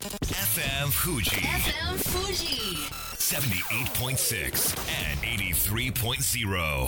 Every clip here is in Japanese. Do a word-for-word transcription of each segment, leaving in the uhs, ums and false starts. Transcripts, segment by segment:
エフエム Fuji エフエム Fuji セブンティーエイトポイントシックス and エイティースリーポイントゼロ。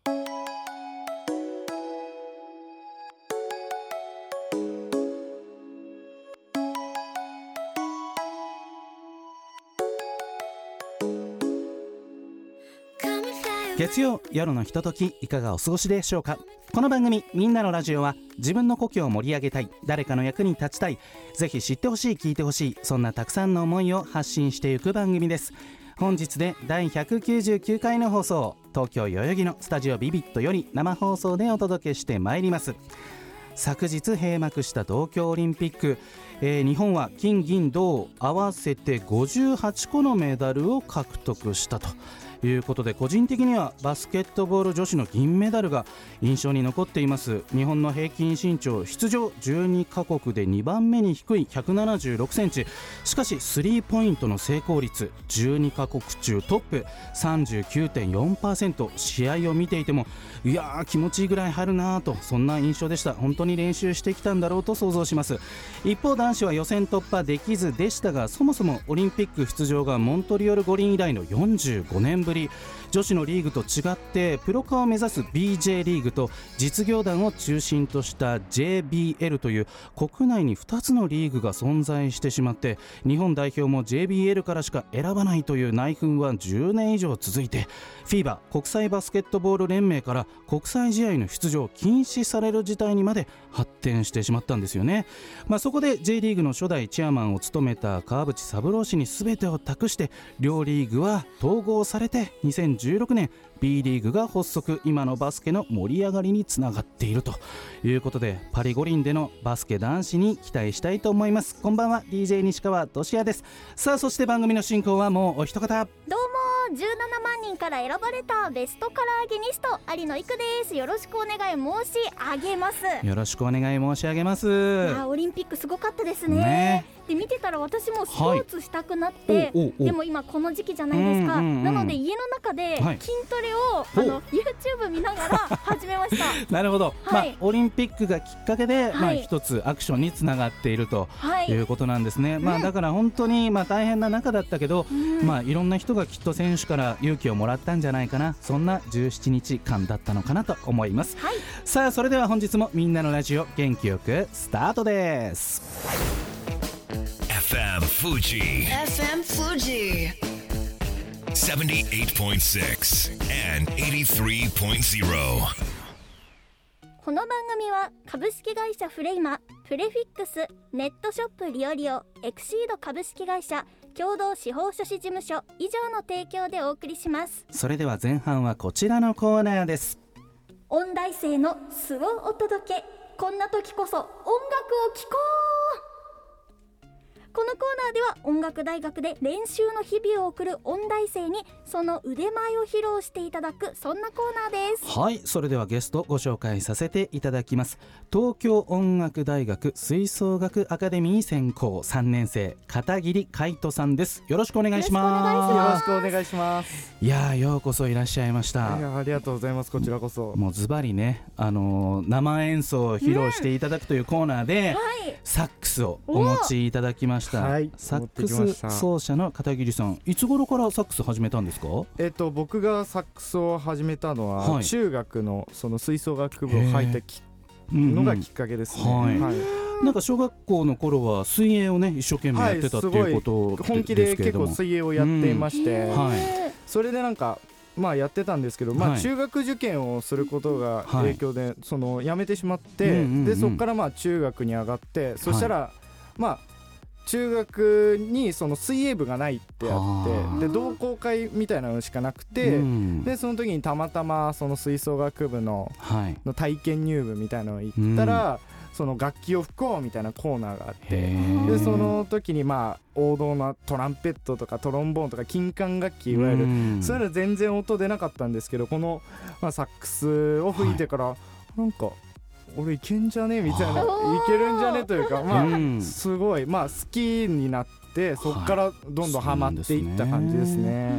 月曜夜のひとときいかがお過ごしでしょうか。この番組みんなのラジオは自分の故郷を盛り上げたい、誰かの役に立ちたい、ぜひ知ってほしい、聞いてほしい、そんなたくさんの思いを発信していく番組です。本日でだいひゃくきゅうじゅうきゅうかいの放送、東京代々木のスタジオビビットより生放送でお届けしてまいります。昨日閉幕した東京オリンピック、えー、日本は金銀銅合わせてごじゅうはちこのメダルを獲得したということで、個人的にはバスケットボール女子の銀メダルが印象に残っています。日本の平均身長、出場じゅうにカ国でにばんめに低いひゃくななじゅうろくセンチ、しかしスリーポイントの成功率じゅうにカ国中トップ さんじゅうきゅうてんよんパーセント、 試合を見ていてもいやー気持ちいいぐらい入るなと、そんな印象でした。本当に練習してきたんだろうと想像します。一方男子は予選突破できずでしたが、そもそもオリンピック出場がモントリオール五輪以来のよんじゅうごねんぶり、女子のリーグと違ってプロ化を目指す ビージェー リーグと実業団を中心とした ジェービーエル という国内にふたつのリーグが存在してしまって、日本代表も ジェービーエル からしか選ばないという内紛はじゅうねん以上続いて、 フィーバ 国際バスケットボール連盟から国際試合の出場を禁止される事態にまで発展してしまったんですよね。まあ、そこで J リーグの初代チェアマンを務めた川淵三郎氏に全てを託して、両リーグは統合されてにせんじゅうろくねん B リーグが発足、今のバスケの盛り上がりにつながっているということで、パリ五輪でのバスケ男子に期待したいと思います。こんばんは、 ディージェー 西川俊也です。さあ、そして番組の進行はもうお一方。 どうも、じゅうななまんにんから選ばれたベストカラーゲニスト有野育です。よろしくお願い申し上げます。 よろしくお願い申し上げます。 いや、オリンピックすごかったですね。ねで見てたら私もスポーツしたくなって、はい、おうおうおう、でも今この時期じゃないですか、うんうんうん、なので家の中で筋トレを、はい、あの YouTube 見ながら始めましたなるほど、はい、まあ、オリンピックがきっかけで、 はい、 まあ、一つアクションにつながっているということなんですね、 はい、 まあ、だから本当にまあ大変な中だったけど、うん、まあ、いろんな人がきっと選手から勇気をもらったんじゃないかな、そんなじゅうしちにちかんだったのかなと思います、はい、さあそれでは本日もみんなのラジオ元気よくスタートです。 エフエム Fuji エフエム Fuji セブンティーエイトポイントシックス and エイティースリーポイントゼロ。 この番組は株式会社フレイマ、プレフィックス、ネットショップリオリオ、エクシード株式会社、共同司法書士事務所以上の提供でお送りします。 それでは前半はこちらのコーナーです。 音大生の素をお届け、こんな時こそ音楽を聴こう。このコーナーでは音楽大学で練習の日々を送る音大生にその腕前を披露していただく、そんなコーナーです。 はい、それではゲストご紹介させていただきます。東京音楽大学吹奏楽アカデミー専攻さんねん生、片桐海人さんです。よろしくお願いします。 よろしくお願いします。 いや、ようこそいらっしゃいました。 いや、ありがとうございます。こちらこそ。 もうズバリね、あのー、生演奏を披露していただくというコーナーで、ね、はい、サックスをお持ちいただきました。はい、サックス奏者の片桐さん、いつ頃からサックス始めたんですか？ えっと、僕がサックスを始めたのは、はい、中学のその吹奏楽部を入ったきのがきっかけですね。うんうん、はいはい、なんか小学校の頃は水泳をね一生懸命やってたっていうことですけれども、はい、本気で結構水泳をやっていまして、うん、はい、それでなんかまあやってたんですけど、まあ、中学受験をすることが影響で、はい、そのやめてしまって、うんうんうん、でそこからまあ中学に上がって、そしたら、はい、まあ中学にその水泳部がないってあって、で同好会みたいなのしかなくて、うん、でその時にたまたまその吹奏楽部 の,、はい、の体験入部みたいなのに行ったら、うん、その楽器を吹こうみたいなコーナーがあって、でその時にまあ王道なトランペットとかトロンボーンとか金管楽器、いわゆる、うん、そういうの全然音出なかったんですけど、この、まあ、サックスを吹いてから、はい、なんか俺いけんじゃねみたいな、いけるんじゃねというか、まあ、うん、すごい、まあ、好きになって、そこからどんどんハマっていった感じですね。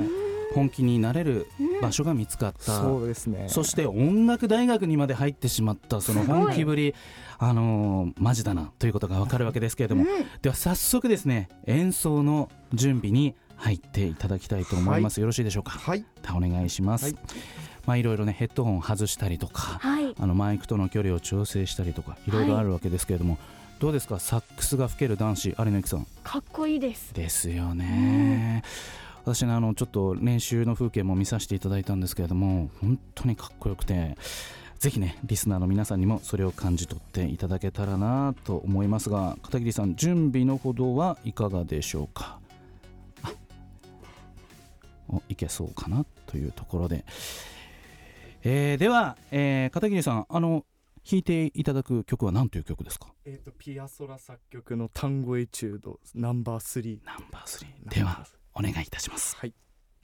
本気になれる場所が見つかった、 うん、そうですね。 そして音楽大学にまで入ってしまった、その本気ぶり、あのー、マジだなということがわかるわけですけれども、うん、では早速ですね、演奏の準備に入っていただきたいと思います、はい、よろしいでしょうか。 はい、 お願いします。はい、まあ、いろいろねヘッドホンを外したりとか、はい、あのマイクとの距離を調整したりとかいろいろあるわけですけれども、はい、どうですか、サックスが吹ける男子有野由紀さん。 かっこいいですですよね、うん、私ね、あのちょっと練習の風景も見させていただいたんですけれども、本当にかっこよくて、ぜひねリスナーの皆さんにもそれを感じ取っていただけたらなと思いますが、片桐さん、準備のほどはいかがでしょうか。あおいけそうかなというところで、えー、では、えー、片桐さん、あの弾いていただく曲は何という曲ですか。 えーと、ピアソラ作曲のタンゴエチュードナンバースリー。 ナンバースリーではお願いいたします。 はい。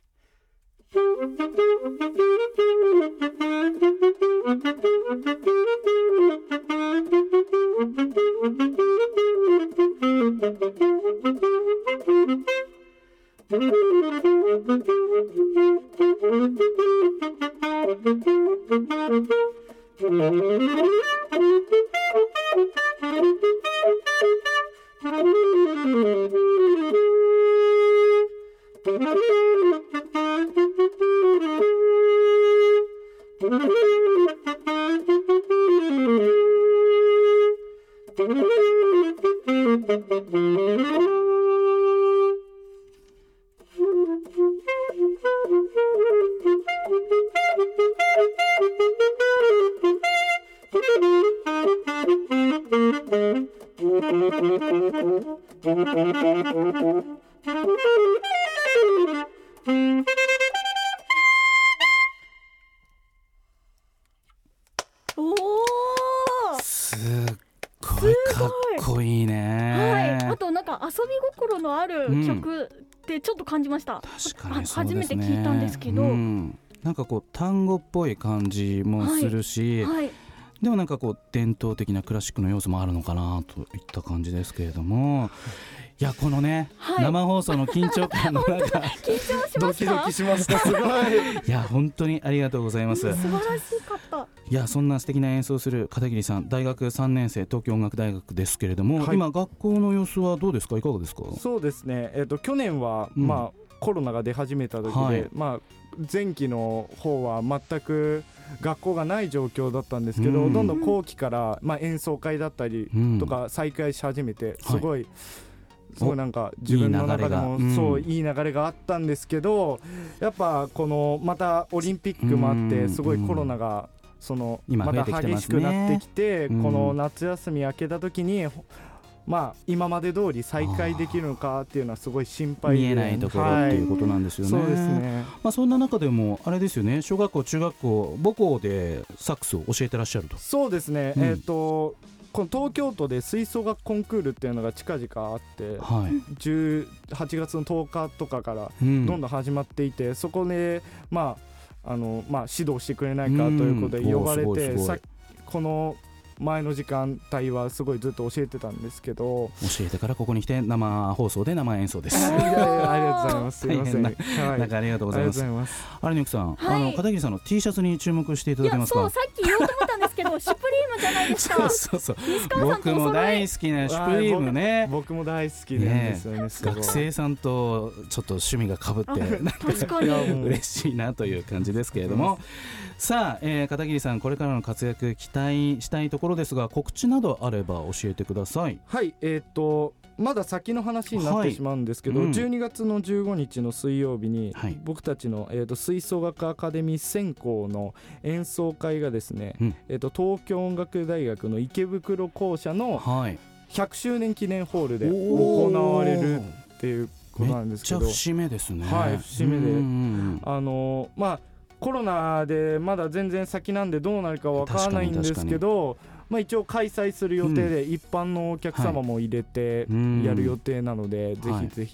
ちょっと感じました。 確かにそうですね、 初めて聞いたんですけど、うん、 なんかこう単語っぽい感じもするし、はいはい、でもなんかこう伝統的なクラシックの要素もあるのかなといった感じですけれども、いやこのね、はい、生放送の緊張感の中緊張しました。 ドキドキしました。すごいいや本当にありがとうございます。 素晴らしかった。 いやそんな素敵な演奏をする片桐さん、大学さんねん生、東京音楽大学ですけれども、はい、今学校の様子はどうですか、いかがですか。 そうですね、えーと、去年は、うん、まあコロナが出始めた時で、はい、まあ、前期の方は全く学校がない状況だったんですけど、うん、どんどん後期から、まあ、演奏会だったりとか再開し始めて、すごい、はい、すごいなんか自分の中でもいいそういい流れがあったんですけど、やっぱこのまたオリンピックもあってすごいコロナがそのまた激しくなってきて、この夏休み明けた時にまあ今まで通り再開できるのかっていうのはすごい心配で、 見えないところっていうことなんですよね。 そうですね。 まあそんな中でもあれですよね、小学校中学校母校でサックスを教えてらっしゃると。 そうですね、うん、えっとこの東京都で吹奏楽コンクールっていうのが近々あって、はい、じゅうはちがつのとおかとかからどんどん始まっていて、うん、そこで、まああのまあ、指導してくれないかということで呼ばれて、うん、さこの前の時間帯はすごいずっと教えてたんですけど、 教えてからここに来て生放送で生演奏です。 いやいやありがとうございます。すいません、 な、はい、なんかありがとうございます。有野由紀さん、はい、あの片桐さんの T シャツに注目していただけますか。 いやそうさっき言おうと思ったんですけどシュプリームじゃないですか。 そうそうそう、僕も大好きなシュプリームね。 僕も大好きなんですよね。ね、 学生さんとちょっと趣味が被ってなんか確かに嬉しいなという感じですけれどもさあ、えー、片桐さんこれからの活躍期待したいところですが、告知などあれば教えてください。 はい、えー、っとまだ先の話になってしまうんですけど、はい、うん、じゅうにがつのじゅうごにちの水曜日に、はい、僕たちの、えー、と吹奏楽アカデミー専攻の演奏会がですね、うん、えー、と東京音楽大学の池袋校舎のひゃくしゅうねん記念ホールで行われるっていうことなんですけど、 めっちゃ節目ですね。 はい、節目で、あのまあコロナでまだ全然先なんでどうなるかわからないんですけど、まあ、一応開催する予定で、うん、一般のお客様も入れてやる予定なので、うん、ぜひぜひ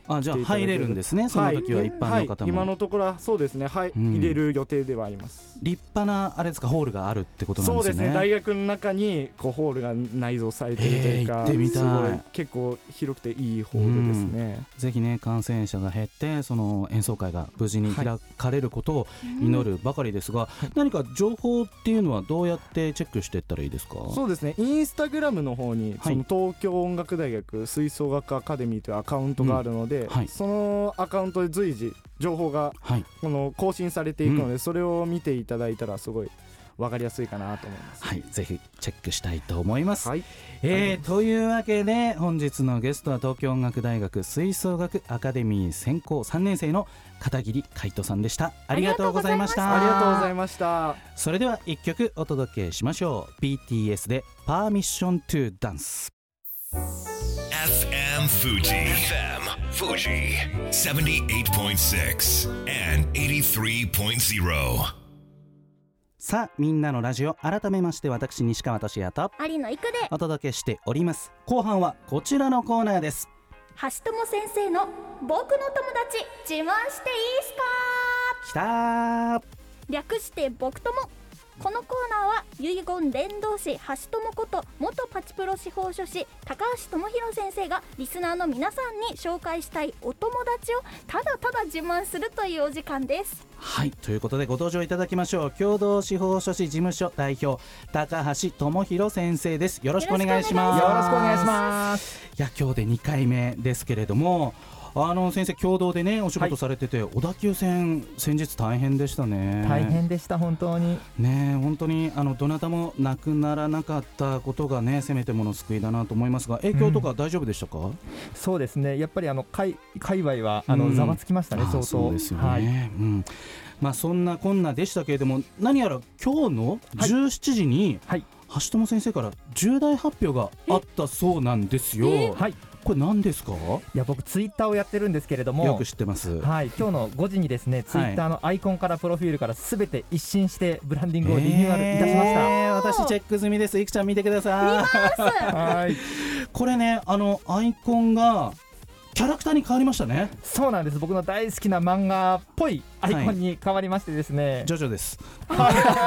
あ、 じゃあ入れるんですね、その時は一般の方も、はいはい、 今のところはそうですね、はい、うん、入れる予定ではあります。 立派なあれですか、ホールがあるってことなんですね。 そうですね、大学の中にこうホールが内蔵されているというか、 行ってみたい。 すごい結構広くていいホールですね、 うん、ぜひね感染者が減ってその演奏会が無事に開かれることを祈るばかりですが、はい、何か情報っていうのはどうやってチェックしていったらいいですか？ そうですね、インスタグラムの方に、はい、その東京音楽大学吹奏楽アカデミーというアカウントがあるので、うん、はい、そのアカウントで随時情報が、はい、この更新されていくので、うん、それを見ていただいたらすごい分かりやすいかなと思います。 はい、ぜひチェックしたいと思います、 はい、 えー、というわけで本日のゲストは東京音楽大学吹奏楽アカデミー専攻さんねん生の片桐海人さんでした。ありがとうございました。 ありがとうございました。 それではいっきょくお届けしましょう。 ビーティーエス でパーミッショントゥダンス。 エフエム Fujiエフエム Fuji セブンティーエイトポイントシックス and エイティスリーポイントゼロ。 さあみんなのラジオ、改めまして私西川俊也と有野育でお届けしております。後半はこちらのコーナーです。 橋友先生の僕の友達自慢していいすか。 きたー。 略して僕友。このコーナーは遺言伝道師橋友こと元パチプロ司法書士高橋智博先生がリスナーの皆さんに紹介したいお友達をただただ自慢するというお時間です。 はい、ということでご登場いただきましょう。共同司法書士事務所代表高橋智博先生です。よろしくお願いします。 よろしくお願いします。 いや今日でにかいめですけれども、あの先生共同でねお仕事されてて、はい、小田急線先日大変でしたね。 大変でした本当にね。本当にあのどなたも亡くならなかったことがねせめてもの救いだなと思いますが、影響とか大丈夫でしたか？うん、 そうですね、やっぱりあの界界隈はあの、うん、ざわつきましたね。相当。 そうですよね、はい、うん、まあ、そんなこんなでしたけれども、何やら今日のじゅうしちじに、はいはい、橋友先生から重大発表があったそうなんですよ。えーはい、これ何ですか？ いや僕ツイッターをやってるんですけれども、 よく知ってます、 はい、今日のごじにですねツイッターのアイコンからプロフィールからすべて一新してブランディングをリニューアルいたしました。 えー、私チェック済みです。いくちゃん見てください。 見ますはい、これね、あのアイコンがキャラクターに変わりましたね。 そうなんです。僕の大好きな漫画っぽいアイコンに変わりましてですね、はい、 ジョジョです。 へ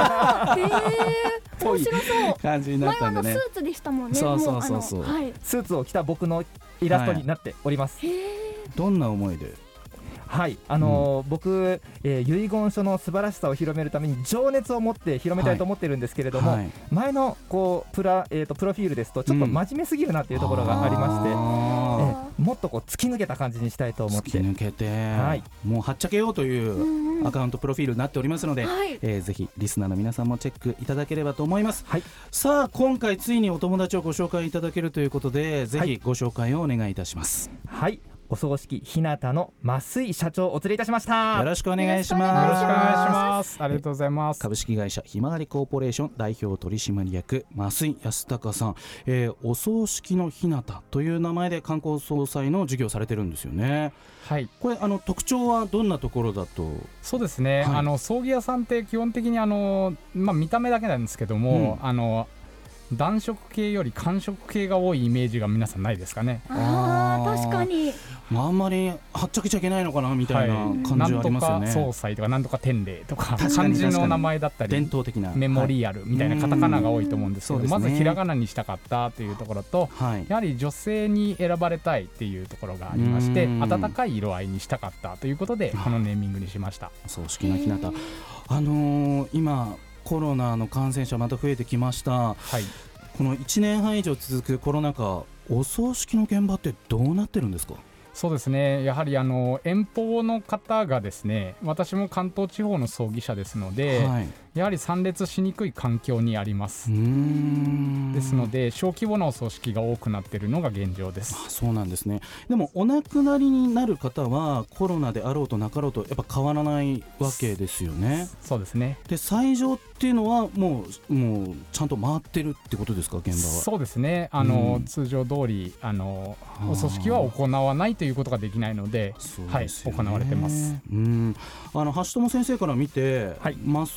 ー、面白そう感じになったんでね。 前はスーツでしたもんね。 そうそうそうそう、 はい、スーツを着た僕のイラストになっております。 はい、へー、 どんな思いで？ はい、あのーうん、僕、えー、遺言書の素晴らしさを広めるために情熱を持って広めたいと思ってるんですけれども、はいはい、前のこうプラ、えーと、プロフィールですとちょっと真面目すぎるなっていうところがありまして、うん、えー、もっとこう突き抜けた感じにしたいと思って、 突き抜けて、はい、もうはっちゃけようというアカウントプロフィールになっておりますので、はい、えー、ぜひリスナーの皆さんもチェックいただければと思います。はい、さあ今回ついにお友達をご紹介いただけるということで、ぜひご紹介をお願いいたします。 はい、お葬式ひなたの増井社長をお連れいたしました。 よろしくお願いします。 よろしくお願いします。ありがとうございます。 株式会社ひまわりコーポレーション代表取締役増井康隆さん、えー、お葬式のひなたという名前で観光総裁の授業をされてるんですよね。 はい、 これあの特徴はどんなところだと？ そうですね、はい、あの葬儀屋さんって基本的にあの、まあ、見た目だけなんですけども、うん、あの暖色系より寒色系が多いイメージが皆さんないですかね。 あー、確かに、 まあ、あんまりはっちゃけちゃいけないのかなみたいな感じはありますよね。 なんとか総裁とかなんとか天霊とか漢字の名前だったり伝統的なメモリアルみたいなカタカナが多いと思うんですけど、はい、まずひらがなにしたかったというところと、はい、やはり女性に選ばれたいっていうところがありまして、温かい色合いにしたかったということでこのネーミングにしました。 お葬式のひなた、あのー、今コロナの感染者また増えてきました。はい、このいちねんはん以上続くコロナ禍、お葬式の現場ってどうなってるんですか？ そうですね、やはりあの遠方の方がですね、私も関東地方の葬儀社ですので、はい、やはり参列しにくい環境にあります。うーん、ですので小規模なお葬式が多くなっているのが現状です。 あ、そうなんですね。でもお亡くなりになる方はコロナであろうとなかろうとやっぱ変わらないわけですよね。 そうですね。 で斎場っていうのはもう、もうちゃんと回ってるってことですか？現場は。 そうですね、あの、うん、通常通りあのお葬式は行わないということができないので、はい、行われてます。 うん、あの橋友先生から見て、はい、増井さん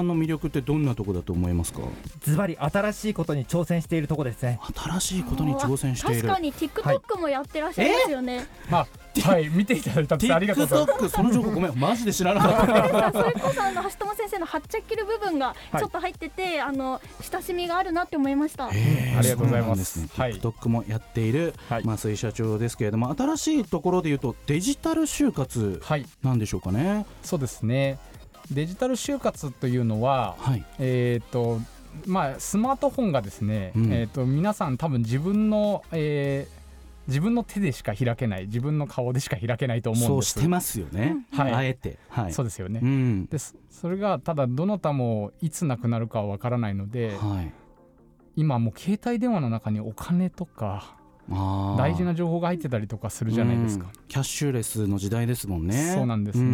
んの魅力ってどんなとこだと思いますか？ ズバリ新しいことに挑戦しているところですね。 新しいことに挑戦している。 確かに TikTok もやってらっしゃいますよね。 はい、はい、見ていただいたってありがとうございます。 TikTok その情報ごめんマジで知らなかったそういうこさんの橋友先生のはっちゃける部分がちょっと入ってて、はい、あの親しみがあるなって思いました。 ありがとうございます。 ね、はい、TikTok もやっている増井社長ですけれども、新しいところでいうとデジタル就活なんでしょうかね。はい、 そうですね。デジタル就活というのは、はい、えーとまあ、スマートフォンがですね、うん、えーと皆さん多分自分の、えー自分の手でしか開けない、自分の顔でしか開けないと思うんです。 そうしてますよね、はい、あえて、はい、 そうですよね、 うん、 でそれがただどなたもいつなくなるかはわからないので、はい、今もう携帯電話の中にお金とか大事な情報が入ってたりとかするじゃないですか、 うん、キャッシュレスの時代ですもんね。 そうなんですね、うん、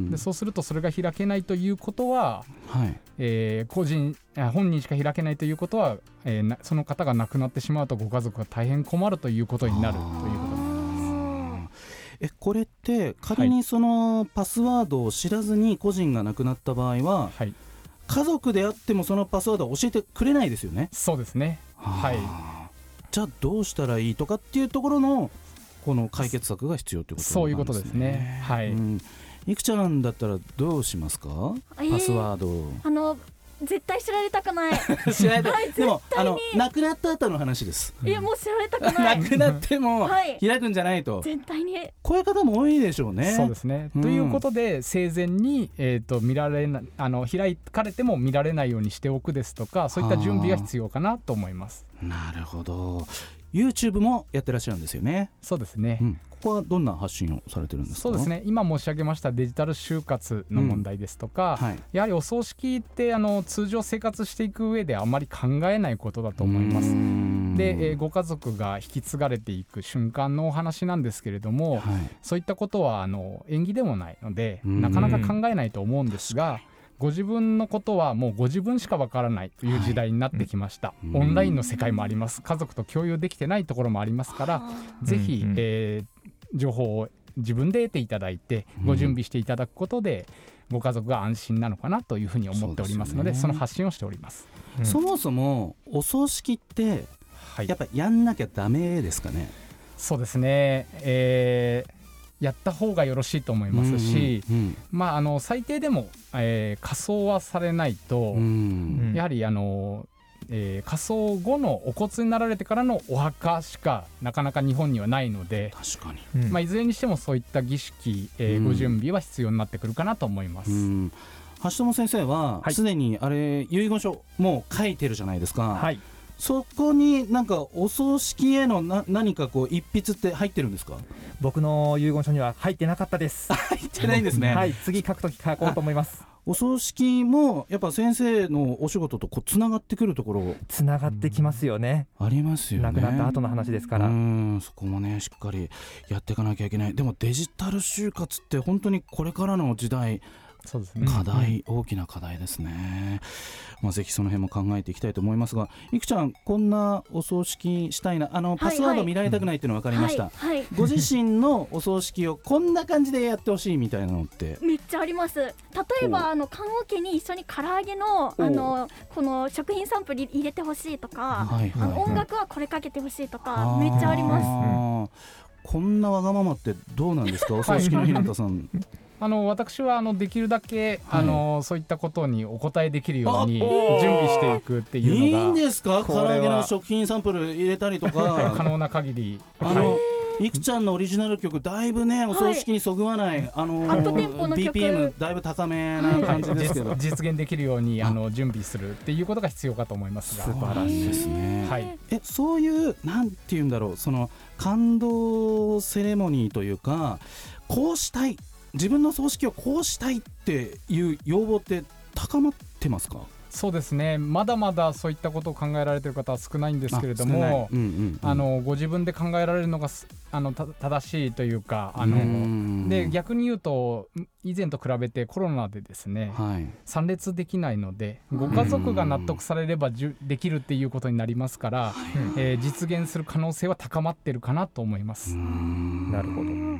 でそうするとそれが開けないということは、はいえー、個人本人しか開けないということは、えー、その方が亡くなってしまうとご家族が大変困るということになるということになります。 えこれって仮にそのパスワードを知らずに個人が亡くなった場合は、はい、家族であってもそのパスワードを教えてくれないですよね。 そうですね、はい、 じゃあどうしたらいいとかっていうところのこの解決策が必要ということなんですね。 そういうことですね、はい、うん、 いくちゃんだったらどうしますか、えー、パスワード。 あの絶対知られたくない知られたはい、でもあの亡くなった後の話です。 いやもう知られたくない亡くなっても開くんじゃないと、 はい、絶対にこういう方も多いでしょうね。 そうですね、うん、ということで生前に、えー、と見られなあの開かれても見られないようにしておくですとか、そういった準備が必要かなと思います。 なるほど。 YouTube もやってらっしゃるんですよね。 そうですね、 うん、ここはどんな発信をされてるんですか？ そうですね、今申し上げましたデジタル就活の問題ですとか、うんはい、やはりお葬式ってあの通常生活していく上であまり考えないことだと思います。で、えー、ご家族が引き継がれていく瞬間のお話なんですけれども、はい、そういったことはあの縁起でもないのでなかなか考えないと思うんですが、ご自分のことはもうご自分しかわからないという時代になってきました、はい、オンラインの世界もあります。家族と共有できてないところもありますから、ぜひ、うんうんえー、情報を自分で得ていただいてご準備していただくことで、うん、ご家族が安心なのかなというふうに思っておりますので、 そ, で、ね、その発信をしております、 うん、そもそもお葬式ってやっぱやんなきゃダメですかね？ そうですね、えーやった方がよろしいと思いますし、うんうんうんまあ、あの最低でも、えー、火葬はされないと、うん、やはりあの、えー、火葬後のお骨になられてからのお墓しかなかなか日本にはないので、 確かに、 まあ、いずれにしてもそういった儀式、えーうん、ご準備は必要になってくるかなと思います、うん、 橋友先生はすで、はい、にあれ遺言書もう書いてるじゃないですか、はい、そこになんかお葬式へのな何かこう一筆って入ってるんですか？ 僕の遺言書には入ってなかったです。 入ってないんですね。 はい、次書くとき書こうと思います。 お葬式もやっぱ先生のお仕事とこうつながってくるところつながってきますよね、 うん、ありますよね。 亡くなった後の話ですから、 うんそこもねしっかりやっていかなきゃいけない。でもデジタル就活って本当にこれからの時代そうですね、 課題、うん、大きな課題ですね、まあ、ぜひその辺も考えていきたいと思いますが、いくちゃんこんなお葬式したいな、あのパスワード見られたくないっていうの分かりました、はいはいはい、ご自身のお葬式をこんな感じでやってほしいみたいなのってめっちゃあります。例えばあの棺桶に一緒に唐揚げ の, あのこの食品サンプル入れてほしいとか、はいはいはい、あの音楽はこれかけてほしいとかめっちゃあります。 こんなわがままってどうなんですかお葬式の日向さんあの私はあのできるだけ、はい、あのそういったことにお答えできるように準備していくっていうのがいいんですか？唐揚げの食品サンプル入れたりとか可能な限りあの、はい、いくちゃんのオリジナル曲だいぶねお葬式にそぐわない、はい、あのアップテンポの曲ビーピーエム だいぶ高めな感じですけど、はい、 実, 実現できるようにあの準備するっていうことが必要かと思いますが素晴らしいですね、はい、えそういうなんていうんだろうその感動セレモニーというかこうしたい自分の葬式をこうしたいっていう要望って高まってますか？ そうですね、まだまだそういったことを考えられている方は少ないんですけれども、うんうんうん、あのご自分で考えられるのがあのた正しいというかあので逆に言うと以前と比べてコロナでですね、はい、参列できないのでご家族が納得されればじゅできるっていうことになりますから、えー、実現する可能性は高まっているかなと思います。 なるほど。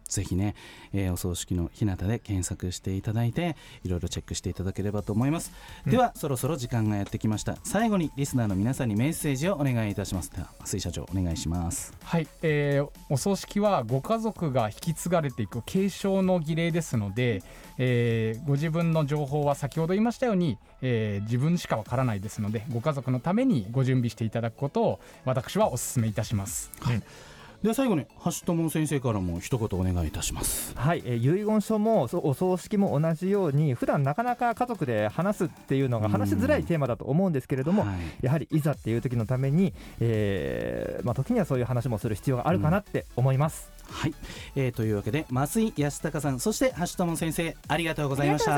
ぜひね、えー、お葬式の日向で検索していただいていろいろチェックしていただければと思います、うん、ではそろそろ時間がやってきました。最後にリスナーの皆さんにメッセージをお願いいたします。では増井社長お願いします。 はい、えー、お葬式はご家族が引き継がれていく継承の儀礼ですので、えー、ご自分の情報は先ほど言いましたように、えー、自分しかわからないですのでご家族のためにご準備していただくことを私はお勧めいたします、 はい。では最後に橋友先生からも一言お願いいたします。 はい、えー、遺言書もお葬式も同じように普段なかなか家族で話すっていうのが話しづらいテーマだと思うんですけれども、はい、やはりいざっていう時のために、えーまあ、時にはそういう話もする必要があるかなって思います、 うん、はい、えー、というわけで増井康隆さんそして橋友先生ありがとうございました。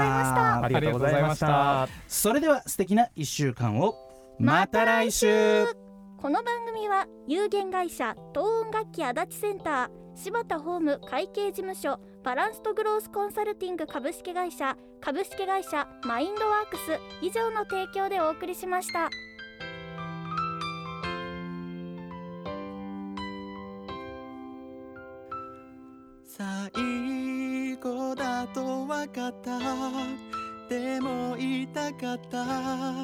ありがとうございました。 それでは素敵ないっしゅうかんをまた来週。 この番組は有限会社東音楽器足立センター、柴田ホーム会計事務所、バランスとグロースコンサルティング株式会社、株式会社マインドワークス以上の提供でお送りしました。 最後だと分かった、でも言いたかった、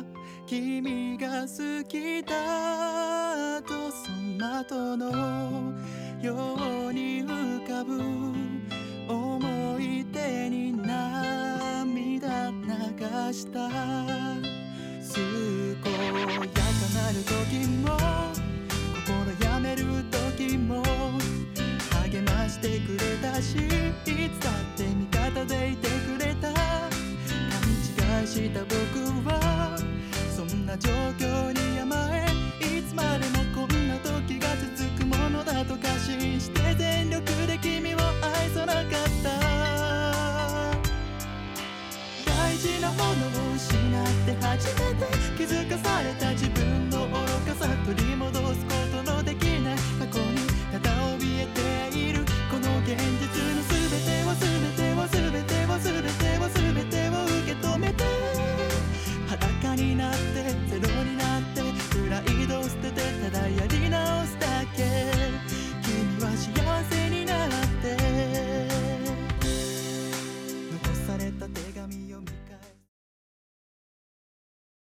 君が好きだとその後のように浮かぶ思い出に涙流した。健やかなる時も心やめる時も励ましてくれたし、いつだって味方でいてくれた。勘違いした僕